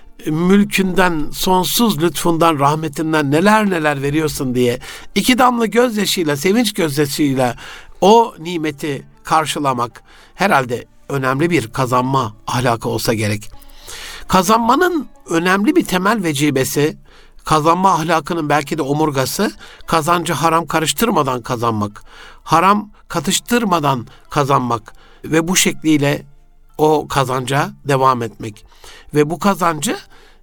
mülkünden, sonsuz lütfundan, rahmetinden neler neler veriyorsun diye iki damla gözyaşıyla, sevinç gözyaşıyla o nimeti karşılamak herhalde önemli bir kazanma ahlakı olsa gerek. Kazanmanın önemli bir temel vecibesi, kazanma ahlakının belki de omurgası, kazancı haram karıştırmadan kazanmak, haram katıştırmadan kazanmak ve bu şekliyle o kazanca devam etmek. Ve bu kazancı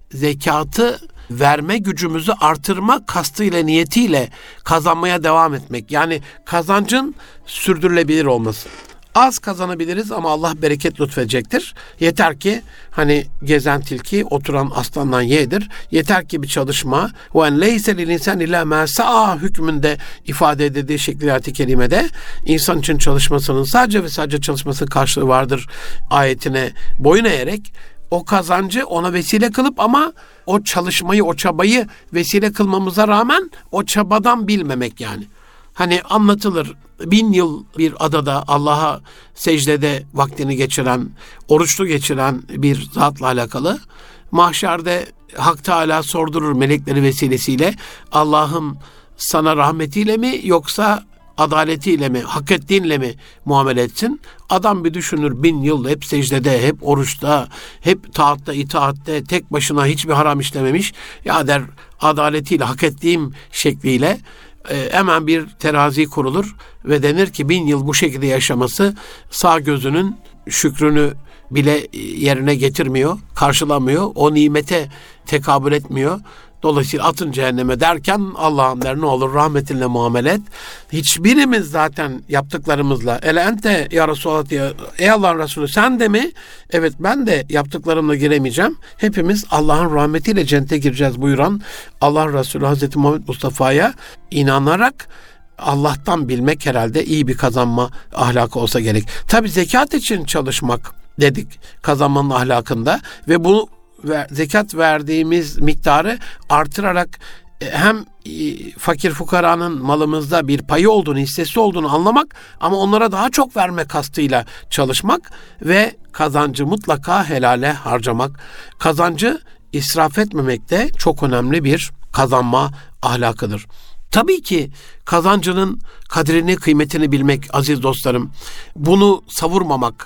zekatı verme gücümüzü artırma kastıyla, niyetiyle kazanmaya devam etmek. Yani kazancın sürdürülebilir olması. Az kazanabiliriz ama Allah bereket lütfedecektir. Yeter ki hani gezen tilki oturan aslandan yedir. Yeter ki bir çalışma ve en leyse lil insan illa ma sa'a hükmünde ifade edildiği şekli ayet-i kerimede insan için çalışmasının sadece ve sadece çalışmasının karşılığı vardır ayetine boyun eğerek o kazancı ona vesile kılıp ama o çalışmayı, o çabayı vesile kılmamıza rağmen o çabadan bilmemek yani. Hani anlatılır, bin yıl bir adada Allah'a secdede vaktini geçiren, oruçlu geçiren bir zatla alakalı. Mahşerde Hak Teâlâ sordurur melekleri vesilesiyle, Allah'ım sana rahmetiyle mi yoksa adaletiyle mi, hak ettiğinle mi muamele etsin? Adam bir düşünür, bin yıl hep secdede, hep oruçta, hep taatta, itaatte, tek başına hiçbir haram işlememiş. Ya der, adaletiyle, hak ettiğim şekliyle e, hemen bir terazi kurulur ve denir ki bin yıl bu şekilde yaşaması sağ gözünün şükrünü bile yerine getirmiyor, karşılamıyor, o nimete tekabül etmiyor. Dolayısıyla atın cehenneme derken Allah'ım der ne olur rahmetinle muamele et. Hiçbirimiz zaten yaptıklarımızla ele ente ya Resulallah diye, ey Allah'ın Resulü sen de mi? Evet ben de yaptıklarımla giremeyeceğim. Hepimiz Allah'ın rahmetiyle cennete gireceğiz buyuran Allah Resulü Hazreti Muhammed Mustafa'ya inanarak Allah'tan bilmek herhalde iyi bir kazanma ahlakı olsa gerek. Tabii zekat için çalışmak dedik kazanmanın ahlakında ve bu ve zekat verdiğimiz miktarı artırarak hem fakir fukaranın malımızda bir payı olduğunu, hissesi olduğunu anlamak ama onlara daha çok verme kastıyla çalışmak ve kazancı mutlaka helale harcamak. Kazancı israf etmemek de çok önemli bir kazanma ahlakıdır. Tabii ki kazancının kadrini, kıymetini bilmek aziz dostlarım, bunu savurmamak,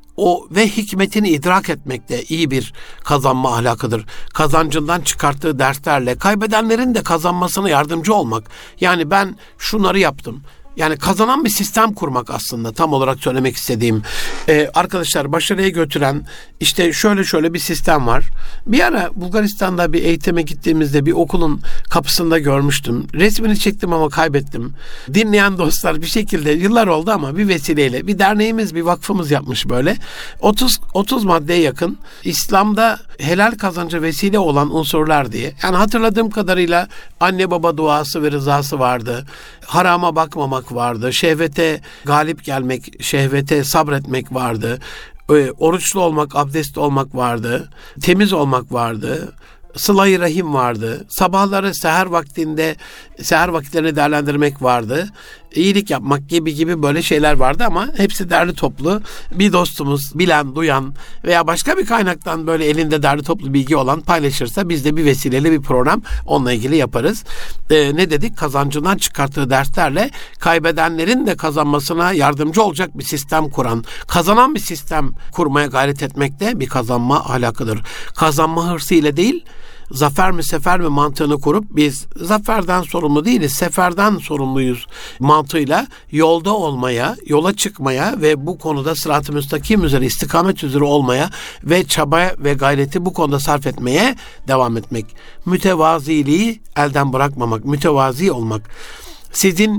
o ve hikmetini idrak etmek de iyi bir kazanma ahlakıdır. Kazancından çıkarttığı derslerle kaybedenlerin de kazanmasına yardımcı olmak. Yani ben şunları yaptım. Yani kazanan bir sistem kurmak aslında tam olarak söylemek istediğim. Ee, arkadaşlar başarıya götüren işte şöyle şöyle bir sistem var. Bir ara Bulgaristan'da bir eğitime gittiğimizde bir okulun kapısında görmüştüm. Resmini çektim ama kaybettim. Dinleyen dostlar bir şekilde yıllar oldu ama bir vesileyle bir derneğimiz, bir vakfımız yapmış böyle. otuz otuz maddeye yakın İslam'da helal kazanca vesile olan unsurlar diye. Yani hatırladığım kadarıyla anne baba duası ve rızası vardı. Harama bakmamak vardı. Şehvete galip gelmek, şehvete sabretmek vardı. Oruçlu olmak, abdestli olmak vardı. Temiz olmak vardı. Sıla-i rahim vardı. Sabahları seher vaktinde seher vakitlerini değerlendirmek vardı. İyilik yapmak gibi gibi böyle şeyler vardı ama hepsi derli toplu. Bir dostumuz bilen, duyan veya başka bir kaynaktan böyle elinde derli toplu bilgi olan paylaşırsa biz de bir vesileyle bir program onunla ilgili yaparız. Ee, ne dedik? Kazancından çıkarttığı derslerle kaybedenlerin de kazanmasına yardımcı olacak bir sistem kuran, kazanan bir sistem kurmaya gayret etmek de bir kazanma ahlakıdır. Kazanma hırsı ile değil, zafer mi sefer mi mantığını kurup biz zaferden sorumlu değiliz, seferden sorumluyuz mantığıyla yolda olmaya, yola çıkmaya ve bu konuda sırat-ı müstakim üzere, istikamet üzere olmaya ve çaba ve gayreti bu konuda sarf etmeye devam etmek. Mütevaziliği elden bırakmamak, mütevazi olmak. Sizin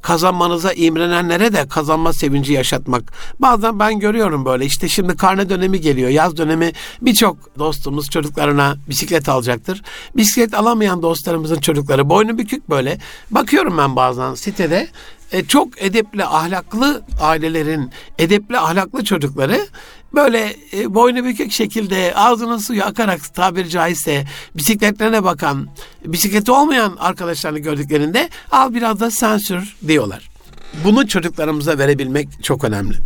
kazanmanıza imrenenlere de kazanma sevinci yaşatmak. Bazen ben görüyorum böyle, işte şimdi karne dönemi geliyor, yaz dönemi, birçok dostumuz çocuklarına bisiklet alacaktır. Bisiklet alamayan dostlarımızın çocukları boynu bükük böyle. Bakıyorum ben bazen sitede, e, çok edepli, ahlaklı ailelerin edepli, ahlaklı çocukları böyle e, boynu bükük şekilde ağzının suyu akarak tabiri caizse bisikletlerine bakan, bisikleti olmayan arkadaşlarını gördüklerinde al biraz da sen sür diyorlar. Bunu çocuklarımıza verebilmek çok önemli.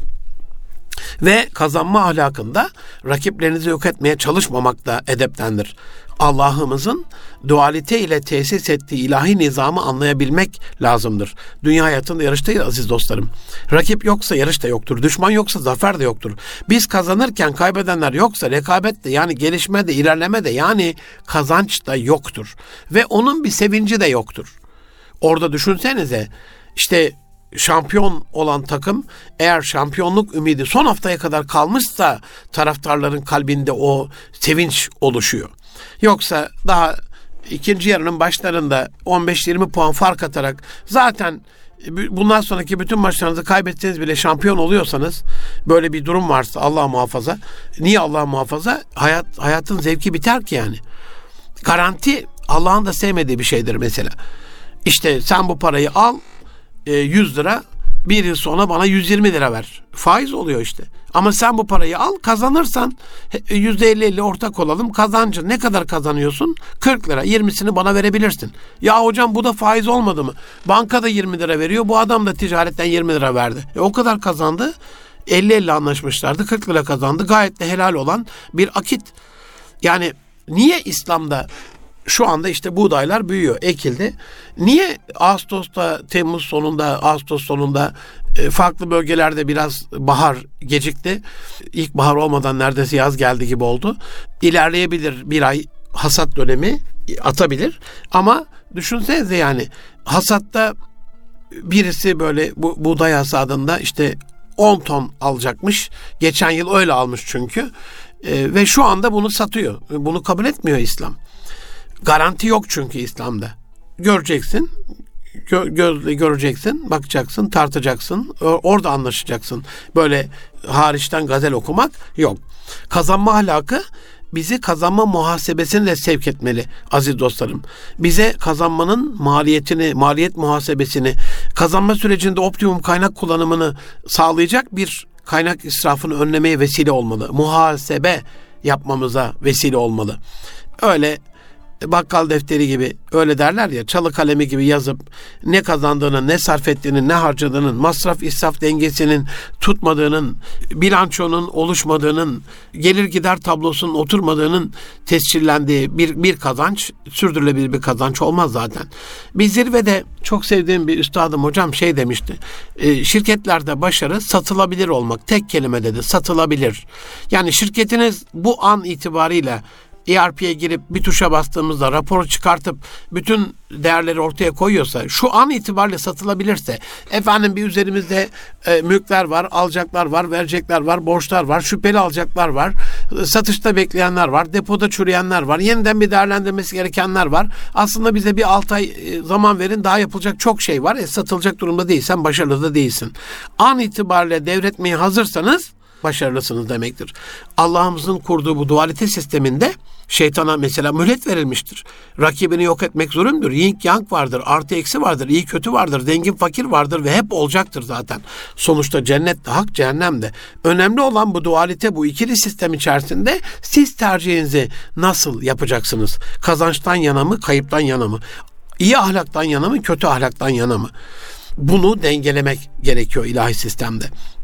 Ve kazanma ahlakında rakiplerinizi yok etmeye çalışmamak da edeptendir. Allah'ımızın dualite ile tesis ettiği ilahi nizamı anlayabilmek lazımdır. Dünya hayatında yarıştayız aziz dostlarım. Rakip yoksa yarış da yoktur. Düşman yoksa zafer de yoktur. Biz kazanırken kaybedenler yoksa rekabet de, yani gelişme de, ilerleme de, yani kazanç da yoktur. Ve onun bir sevinci de yoktur. Orada düşünsenize, işte şampiyon olan takım eğer şampiyonluk ümidi son haftaya kadar kalmışsa taraftarların kalbinde o sevinç oluşuyor. Yoksa daha ikinci yarının başlarında on beş yirmi puan fark atarak zaten bundan sonraki bütün maçlarınızı kaybetseniz bile şampiyon oluyorsanız, böyle bir durum varsa Allah muhafaza. Niye Allah muhafaza? Hayat, hayatın zevki biter ki yani. Garanti Allah'ın da sevmediği bir şeydir mesela. İşte sen bu parayı al, yüz lira, bir yıl sonra bana yüz yirmi lira ver. Faiz oluyor işte. Ama sen bu parayı al, kazanırsan yüzde elli elli ortak olalım. Kazancın ne kadar kazanıyorsun? kırk lira. yirmisini bana verebilirsin. Ya hocam bu da faiz olmadı mı? Bankada yirmi lira veriyor. Bu adam da ticaretten yirmi lira verdi. E o kadar kazandı. elli elli anlaşmışlardı. kırk lira kazandı. Gayet de helal olan bir akit. Yani niye İslam'da şu anda işte buğdaylar büyüyor, ekildi. Niye Ağustos'ta, Temmuz sonunda, Ağustos sonunda farklı bölgelerde biraz bahar gecikti? İlkbahar olmadan neredeyse yaz geldi gibi oldu. İlerleyebilir, bir ay hasat dönemi atabilir. Ama düşünsenize, yani hasatta birisi böyle bu buğday hasadında işte on ton alacakmış. Geçen yıl öyle almış çünkü. E, ve şu anda bunu satıyor. Bunu kabul etmiyor İslam. Garanti yok çünkü İslam'da. Göreceksin, gö- gözle göreceksin, bakacaksın, tartacaksın, orada anlaşacaksın. Böyle hariçten gazel okumak yok. Kazanma ahlakı bizi kazanma muhasebesine de sevk etmeli aziz dostlarım. Bize kazanmanın maliyetini, maliyet muhasebesini, kazanma sürecinde optimum kaynak kullanımını sağlayacak bir kaynak israfını önlemeye vesile olmalı. Muhasebe yapmamıza vesile olmalı. Öyle bakkal defteri gibi, öyle derler ya, çalı kalemi gibi yazıp ne kazandığının, ne sarf ettiğinin, ne harcadığının, masraf israf dengesinin tutmadığının, bilançonun oluşmadığının, gelir gider tablosunun oturmadığının tescillendiği bir, bir kazanç, sürdürülebilir bir kazanç olmaz zaten. Bir zirvede çok sevdiğim bir üstadım hocam şey demişti, e, şirketlerde başarı satılabilir olmak, tek kelime dedi, satılabilir. Yani şirketiniz bu an itibariyle E R P'ye girip bir tuşa bastığımızda raporu çıkartıp bütün değerleri ortaya koyuyorsa, şu an itibariyle satılabilirse, efendim bir üzerimizde e, mülkler var, alacaklar var, verecekler var, borçlar var, şüpheli alacaklar var, satışta bekleyenler var, depoda çürüyenler var, yeniden bir değerlendirmesi gerekenler var. Aslında bize bir altı ay e, zaman verin, daha yapılacak çok şey var. E, satılacak durumda değilsen başarılı da değilsin. An itibariyle devretmeye hazırsanız başarılısınız demektir. Allah'ımızın kurduğu bu dualite sisteminde şeytana mesela mühlet verilmiştir. Rakibini yok etmek zulümdür. Yin yang vardır, artı eksi vardır, iyi kötü vardır, zengin fakir vardır ve hep olacaktır zaten. Sonuçta cennet de hak, cehennem de. Önemli olan bu dualite, bu ikili sistem içerisinde siz tercihinizi nasıl yapacaksınız? Kazançtan yana mı, kayıptan yana mı? İyi ahlaktan yana mı, kötü ahlaktan yana mı? Bunu dengelemek gerekiyor ilahi sistemde.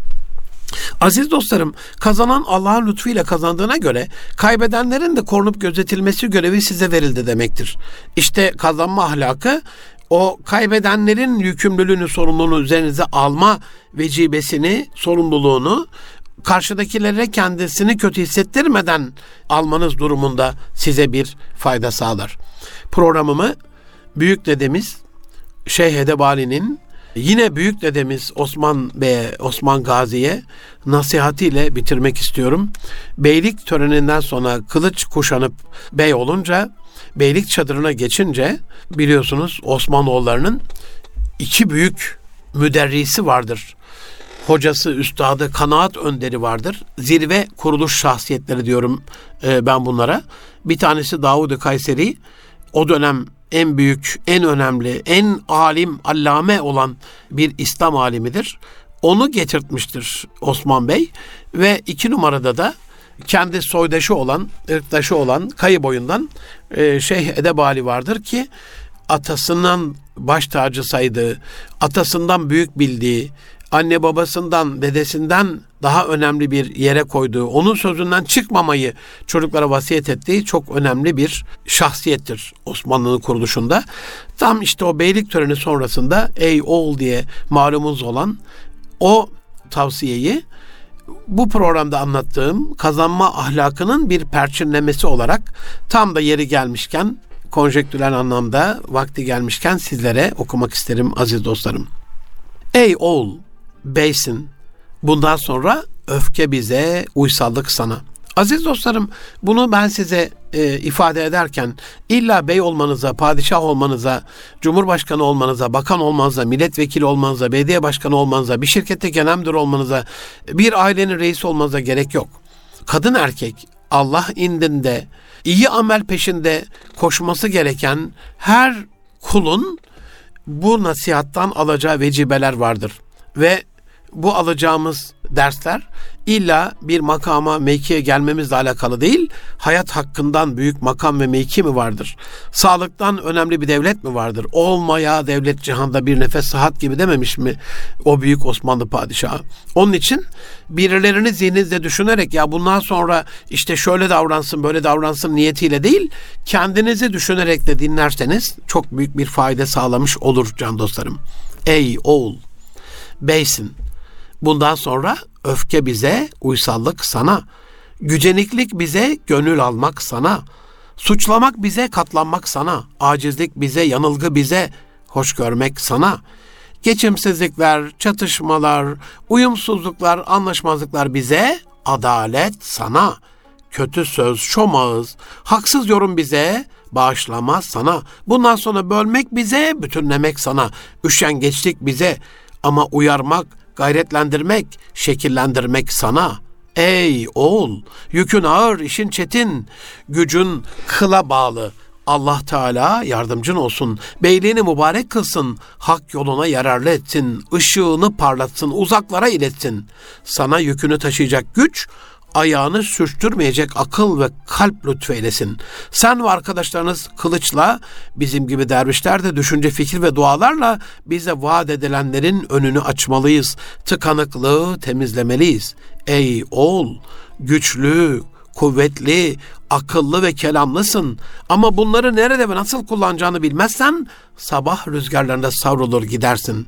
Aziz dostlarım, kazanan Allah'ın lütfuyla kazandığına göre kaybedenlerin de korunup gözetilmesi görevi size verildi demektir. İşte kazanma ahlakı, o kaybedenlerin yükümlülüğünü, sorumluluğunu üzerinize alma vecibesini, sorumluluğunu karşıdakilere kendisini kötü hissettirmeden almanız durumunda size bir fayda sağlar. Programımı büyük dedemiz Şeyh Edebali'nin yine büyük dedemiz Osman Bey'e, Osman Gazi'ye nasihatiyle bitirmek istiyorum. Beylik töreninden sonra kılıç kuşanıp bey olunca, beylik çadırına geçince biliyorsunuz Osmanoğullarının iki büyük müderrisi vardır. Hocası, üstadı, kanaat önderi vardır. Zirve kuruluş şahsiyetleri diyorum e, ben bunlara. Bir tanesi Davud-u Kayseri. O dönem en büyük, en önemli, en alim, allame olan bir İslam alimidir. Onu getirtmiştir Osman Bey. Ve iki numarada da kendi soydaşı olan, ırktaşı olan Kayıboyundan e, Şeyh Edebali vardır ki atasından baş tacı saydığı, atasından büyük bildiği, anne babasından, dedesinden daha önemli bir yere koyduğu, onun sözünden çıkmamayı çocuklara vasiyet ettiği çok önemli bir şahsiyettir Osmanlı'nın kuruluşunda. Tam işte o beylik töreni sonrasında ey oğul diye malumunuz olan o tavsiyeyi bu programda anlattığım kazanma ahlakının bir perçinlemesi olarak tam da yeri gelmişken, konjektürel anlamda vakti gelmişken sizlere okumak isterim aziz dostlarım. Ey oğul, beysin, bundan sonra öfke bize, uysallık sana. Aziz dostlarım, bunu ben size e, ifade ederken illa bey olmanıza, padişah olmanıza, cumhurbaşkanı olmanıza, bakan olmanıza, milletvekili olmanıza, belediye başkanı olmanıza, bir şirkette genel müdür olmanıza, bir ailenin reisi olmanıza gerek yok. Kadın erkek Allah indinde iyi amel peşinde koşması gereken her kulun bu nasihattan alacağı vecibeler vardır. Ve bu alacağımız dersler illa bir makama, mevkiye gelmemizle alakalı değil, hayat hakkından büyük makam ve mevki mi vardır? Sağlıktan önemli bir devlet mi vardır? Olmaya devlet cihanda bir nefes sıhhat gibi dememiş mi o büyük Osmanlı padişahı? Onun için birilerini zihninizde düşünerek ya bundan sonra işte şöyle davransın, böyle davransın niyetiyle değil, kendinizi düşünerek de dinlerseniz çok büyük bir fayda sağlamış olur can dostlarım. Ey oğul, beysin, bundan sonra öfke bize, uysallık sana. Güceniklik bize, gönül almak sana. Suçlamak bize, katlanmak sana. Acizlik bize, yanılgı bize, hoş görmek sana. Geçimsizlikler, çatışmalar, uyumsuzluklar, anlaşmazlıklar bize, adalet sana. Kötü söz, şom ağız, haksız yorum bize, bağışlamaz sana. Bundan sonra bölmek bize, bütünlemek sana. Üşengeçlik bize, ama uyarmak, gayretlendirmek, şekillendirmek sana. Ey oğul, yükün ağır, işin çetin, gücün kıla bağlı. Allah Teala yardımcın olsun, beyliğini mübarek kılsın, hak yoluna yararlı etsin, ışığını parlatsın, uzaklara iletsin. Sana yükünü taşıyacak güç, ayağını sürçtürmeyecek akıl ve kalp lütfeylesin. Sen ve arkadaşlarınız kılıçla, bizim gibi dervişler de düşünce, fikir ve dualarla bize vaat edilenlerin önünü açmalıyız. Tıkanıklığı temizlemeliyiz. Ey oğul, güçlü, kuvvetli, akıllı ve kelamlısın. Ama bunları nerede ve nasıl kullanacağını bilmezsen sabah rüzgarlarında savrulur gidersin.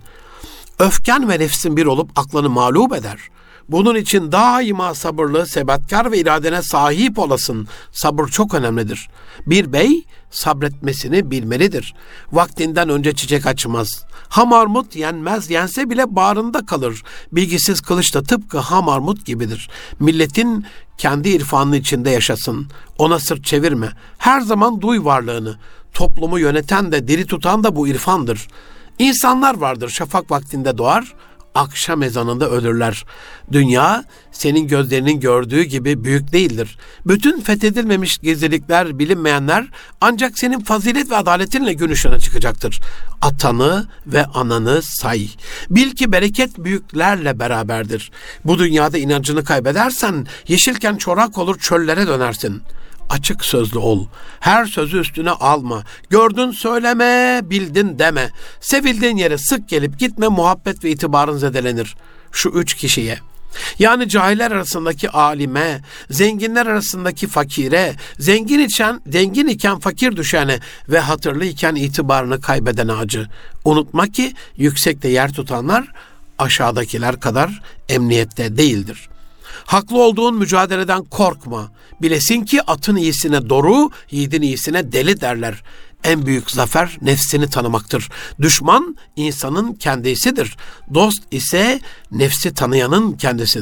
Öfken ve nefsin bir olup aklını mağlup eder. Bunun için daima sabırlı, sebatkar ve iradene sahip olasın. Sabır çok önemlidir. Bir bey sabretmesini bilmelidir. Vaktinden önce çiçek açmaz. Ham armut yenmez, yense bile bağrında kalır. Bilgisiz kılıç da tıpkı ham armut gibidir. Milletin kendi irfanı içinde yaşasın. Ona sırt çevirme. Her zaman duy varlığını. Toplumu yöneten de diri tutan da bu irfandır. İnsanlar vardır şafak vaktinde doğar, akşam ezanında ölürler. Dünya senin gözlerinin gördüğü gibi büyük değildir. Bütün fethedilmemiş gizlilikler, bilinmeyenler ancak senin fazilet ve adaletinle gün ışığına çıkacaktır. Atanı ve ananı say. Bil ki bereket büyüklerle beraberdir. Bu dünyada inancını kaybedersen yeşilken çorak olur, çöllere dönersin. Açık sözlü ol. Her sözü üstüne alma. Gördün söyleme, bildin deme. Sevildiğin yere sık gelip gitme, muhabbet ve itibarın zedelenir. Şu üç kişiye, yani cahiller arasındaki alime, zenginler arasındaki fakire, zengin iken, zengin iken fakir düşene ve hatırlı iken itibarını kaybeden acı. Unutma ki yüksekte yer tutanlar aşağıdakiler kadar emniyette değildir. Haklı olduğun mücadeleden korkma. Bilesin ki atın iyisine doru, yiğidin iyisine deli derler. En büyük zafer nefsini tanımaktır. Düşman insanın kendisidir. Dost ise nefsi tanıyanın kendisidir.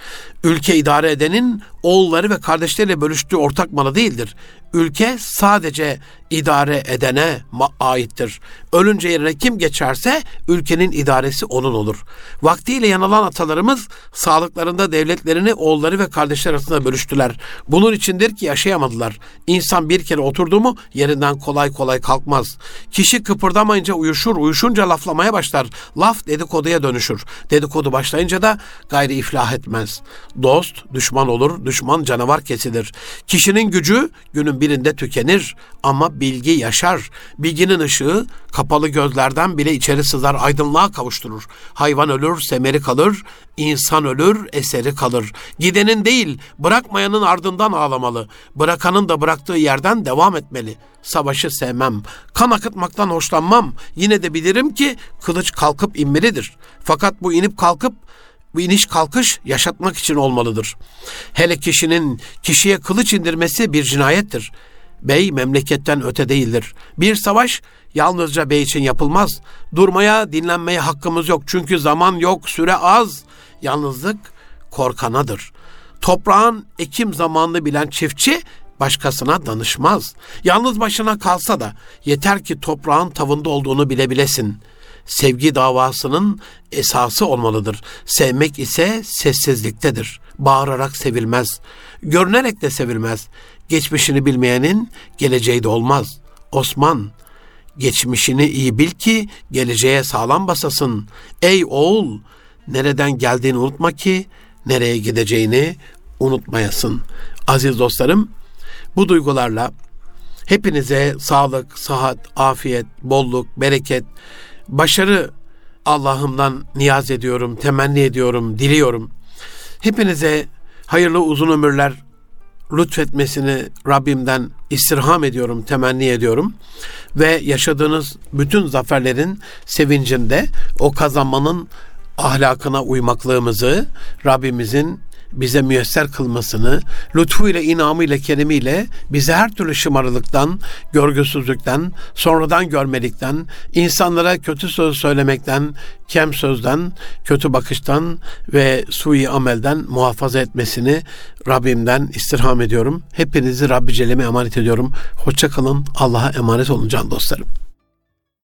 Ülke idare edenin oğulları ve kardeşleriyle bölüştüğü ortak malı değildir. Ülke sadece idare edene aittir. Ölünce yerine kim geçerse ülkenin idaresi onun olur. Vaktiyle yanılan atalarımız sağlıklarında devletlerini oğulları ve kardeşler arasında bölüştüler. Bunun içindir ki yaşayamadılar. İnsan bir kere oturdu mu yerinden kolay kolay kalkmaz. Kişi kıpırdamayınca uyuşur, uyuşunca laflamaya başlar. Laf dedikoduya dönüşür. Dedikodu başlayınca da gayri iflah etmez. Dost düşman olur, düşman canavar kesilir. Kişinin gücü günün birinde tükenir ama bilgi yaşar. Bilginin ışığı kapalı gözlerden bile içeri sızar, aydınlığa kavuşturur. Hayvan ölür, semeri kalır, insan ölür, eseri kalır. Gidenin değil, bırakmayanın ardından ağlamalı. Bırakanın da bıraktığı yerden devam etmeli. Savaşı sevmem, kan akıtmaktan hoşlanmam. Yine de bilirim ki kılıç kalkıp inmelidir. Fakat bu inip kalkıp Bu iniş kalkış yaşatmak için olmalıdır. Hele kişinin kişiye kılıç indirmesi bir cinayettir. Bey memleketten öte değildir. Bir savaş yalnızca bey için yapılmaz. Durmaya, dinlenmeye hakkımız yok. Çünkü zaman yok, süre az. Yalnızlık korkanadır. Toprağın ekim zamanını bilen çiftçi başkasına danışmaz. Yalnız başına kalsa da yeter ki toprağın tavında olduğunu bilebilesin. Sevgi davasının esası olmalıdır. Sevmek ise sessizliktedir. Bağırarak sevilmez. Görünerek de sevilmez. Geçmişini bilmeyenin geleceği de olmaz. Osman, geçmişini iyi bil ki geleceğe sağlam basasın. Ey oğul, nereden geldiğini unutma ki nereye gideceğini unutmayasın. Aziz dostlarım, bu duygularla hepinize sağlık, sıhhat, afiyet, bolluk, bereket, başarı Allah'ımdan niyaz ediyorum, temenni ediyorum, diliyorum. Hepinize hayırlı uzun ömürler lütfetmesini Rabbimden istirham ediyorum, temenni ediyorum. Ve yaşadığınız bütün zaferlerin sevincinde o kazanmanın ahlakına uymaklığımızı Rabbimizin bize müyesser kılmasını, lütfuyla, inamıyla, keremiyle bizi her türlü şımarılıktan, görgüsüzlükten, sonradan görmelikten, insanlara kötü söz söylemekten, kem sözden, kötü bakıştan ve sui amelden muhafaza etmesini Rabbimden istirham ediyorum. Hepinizi Rabbi Celle'me emanet ediyorum. Hoşça kalın. Allah'a emanet olun can dostlarım.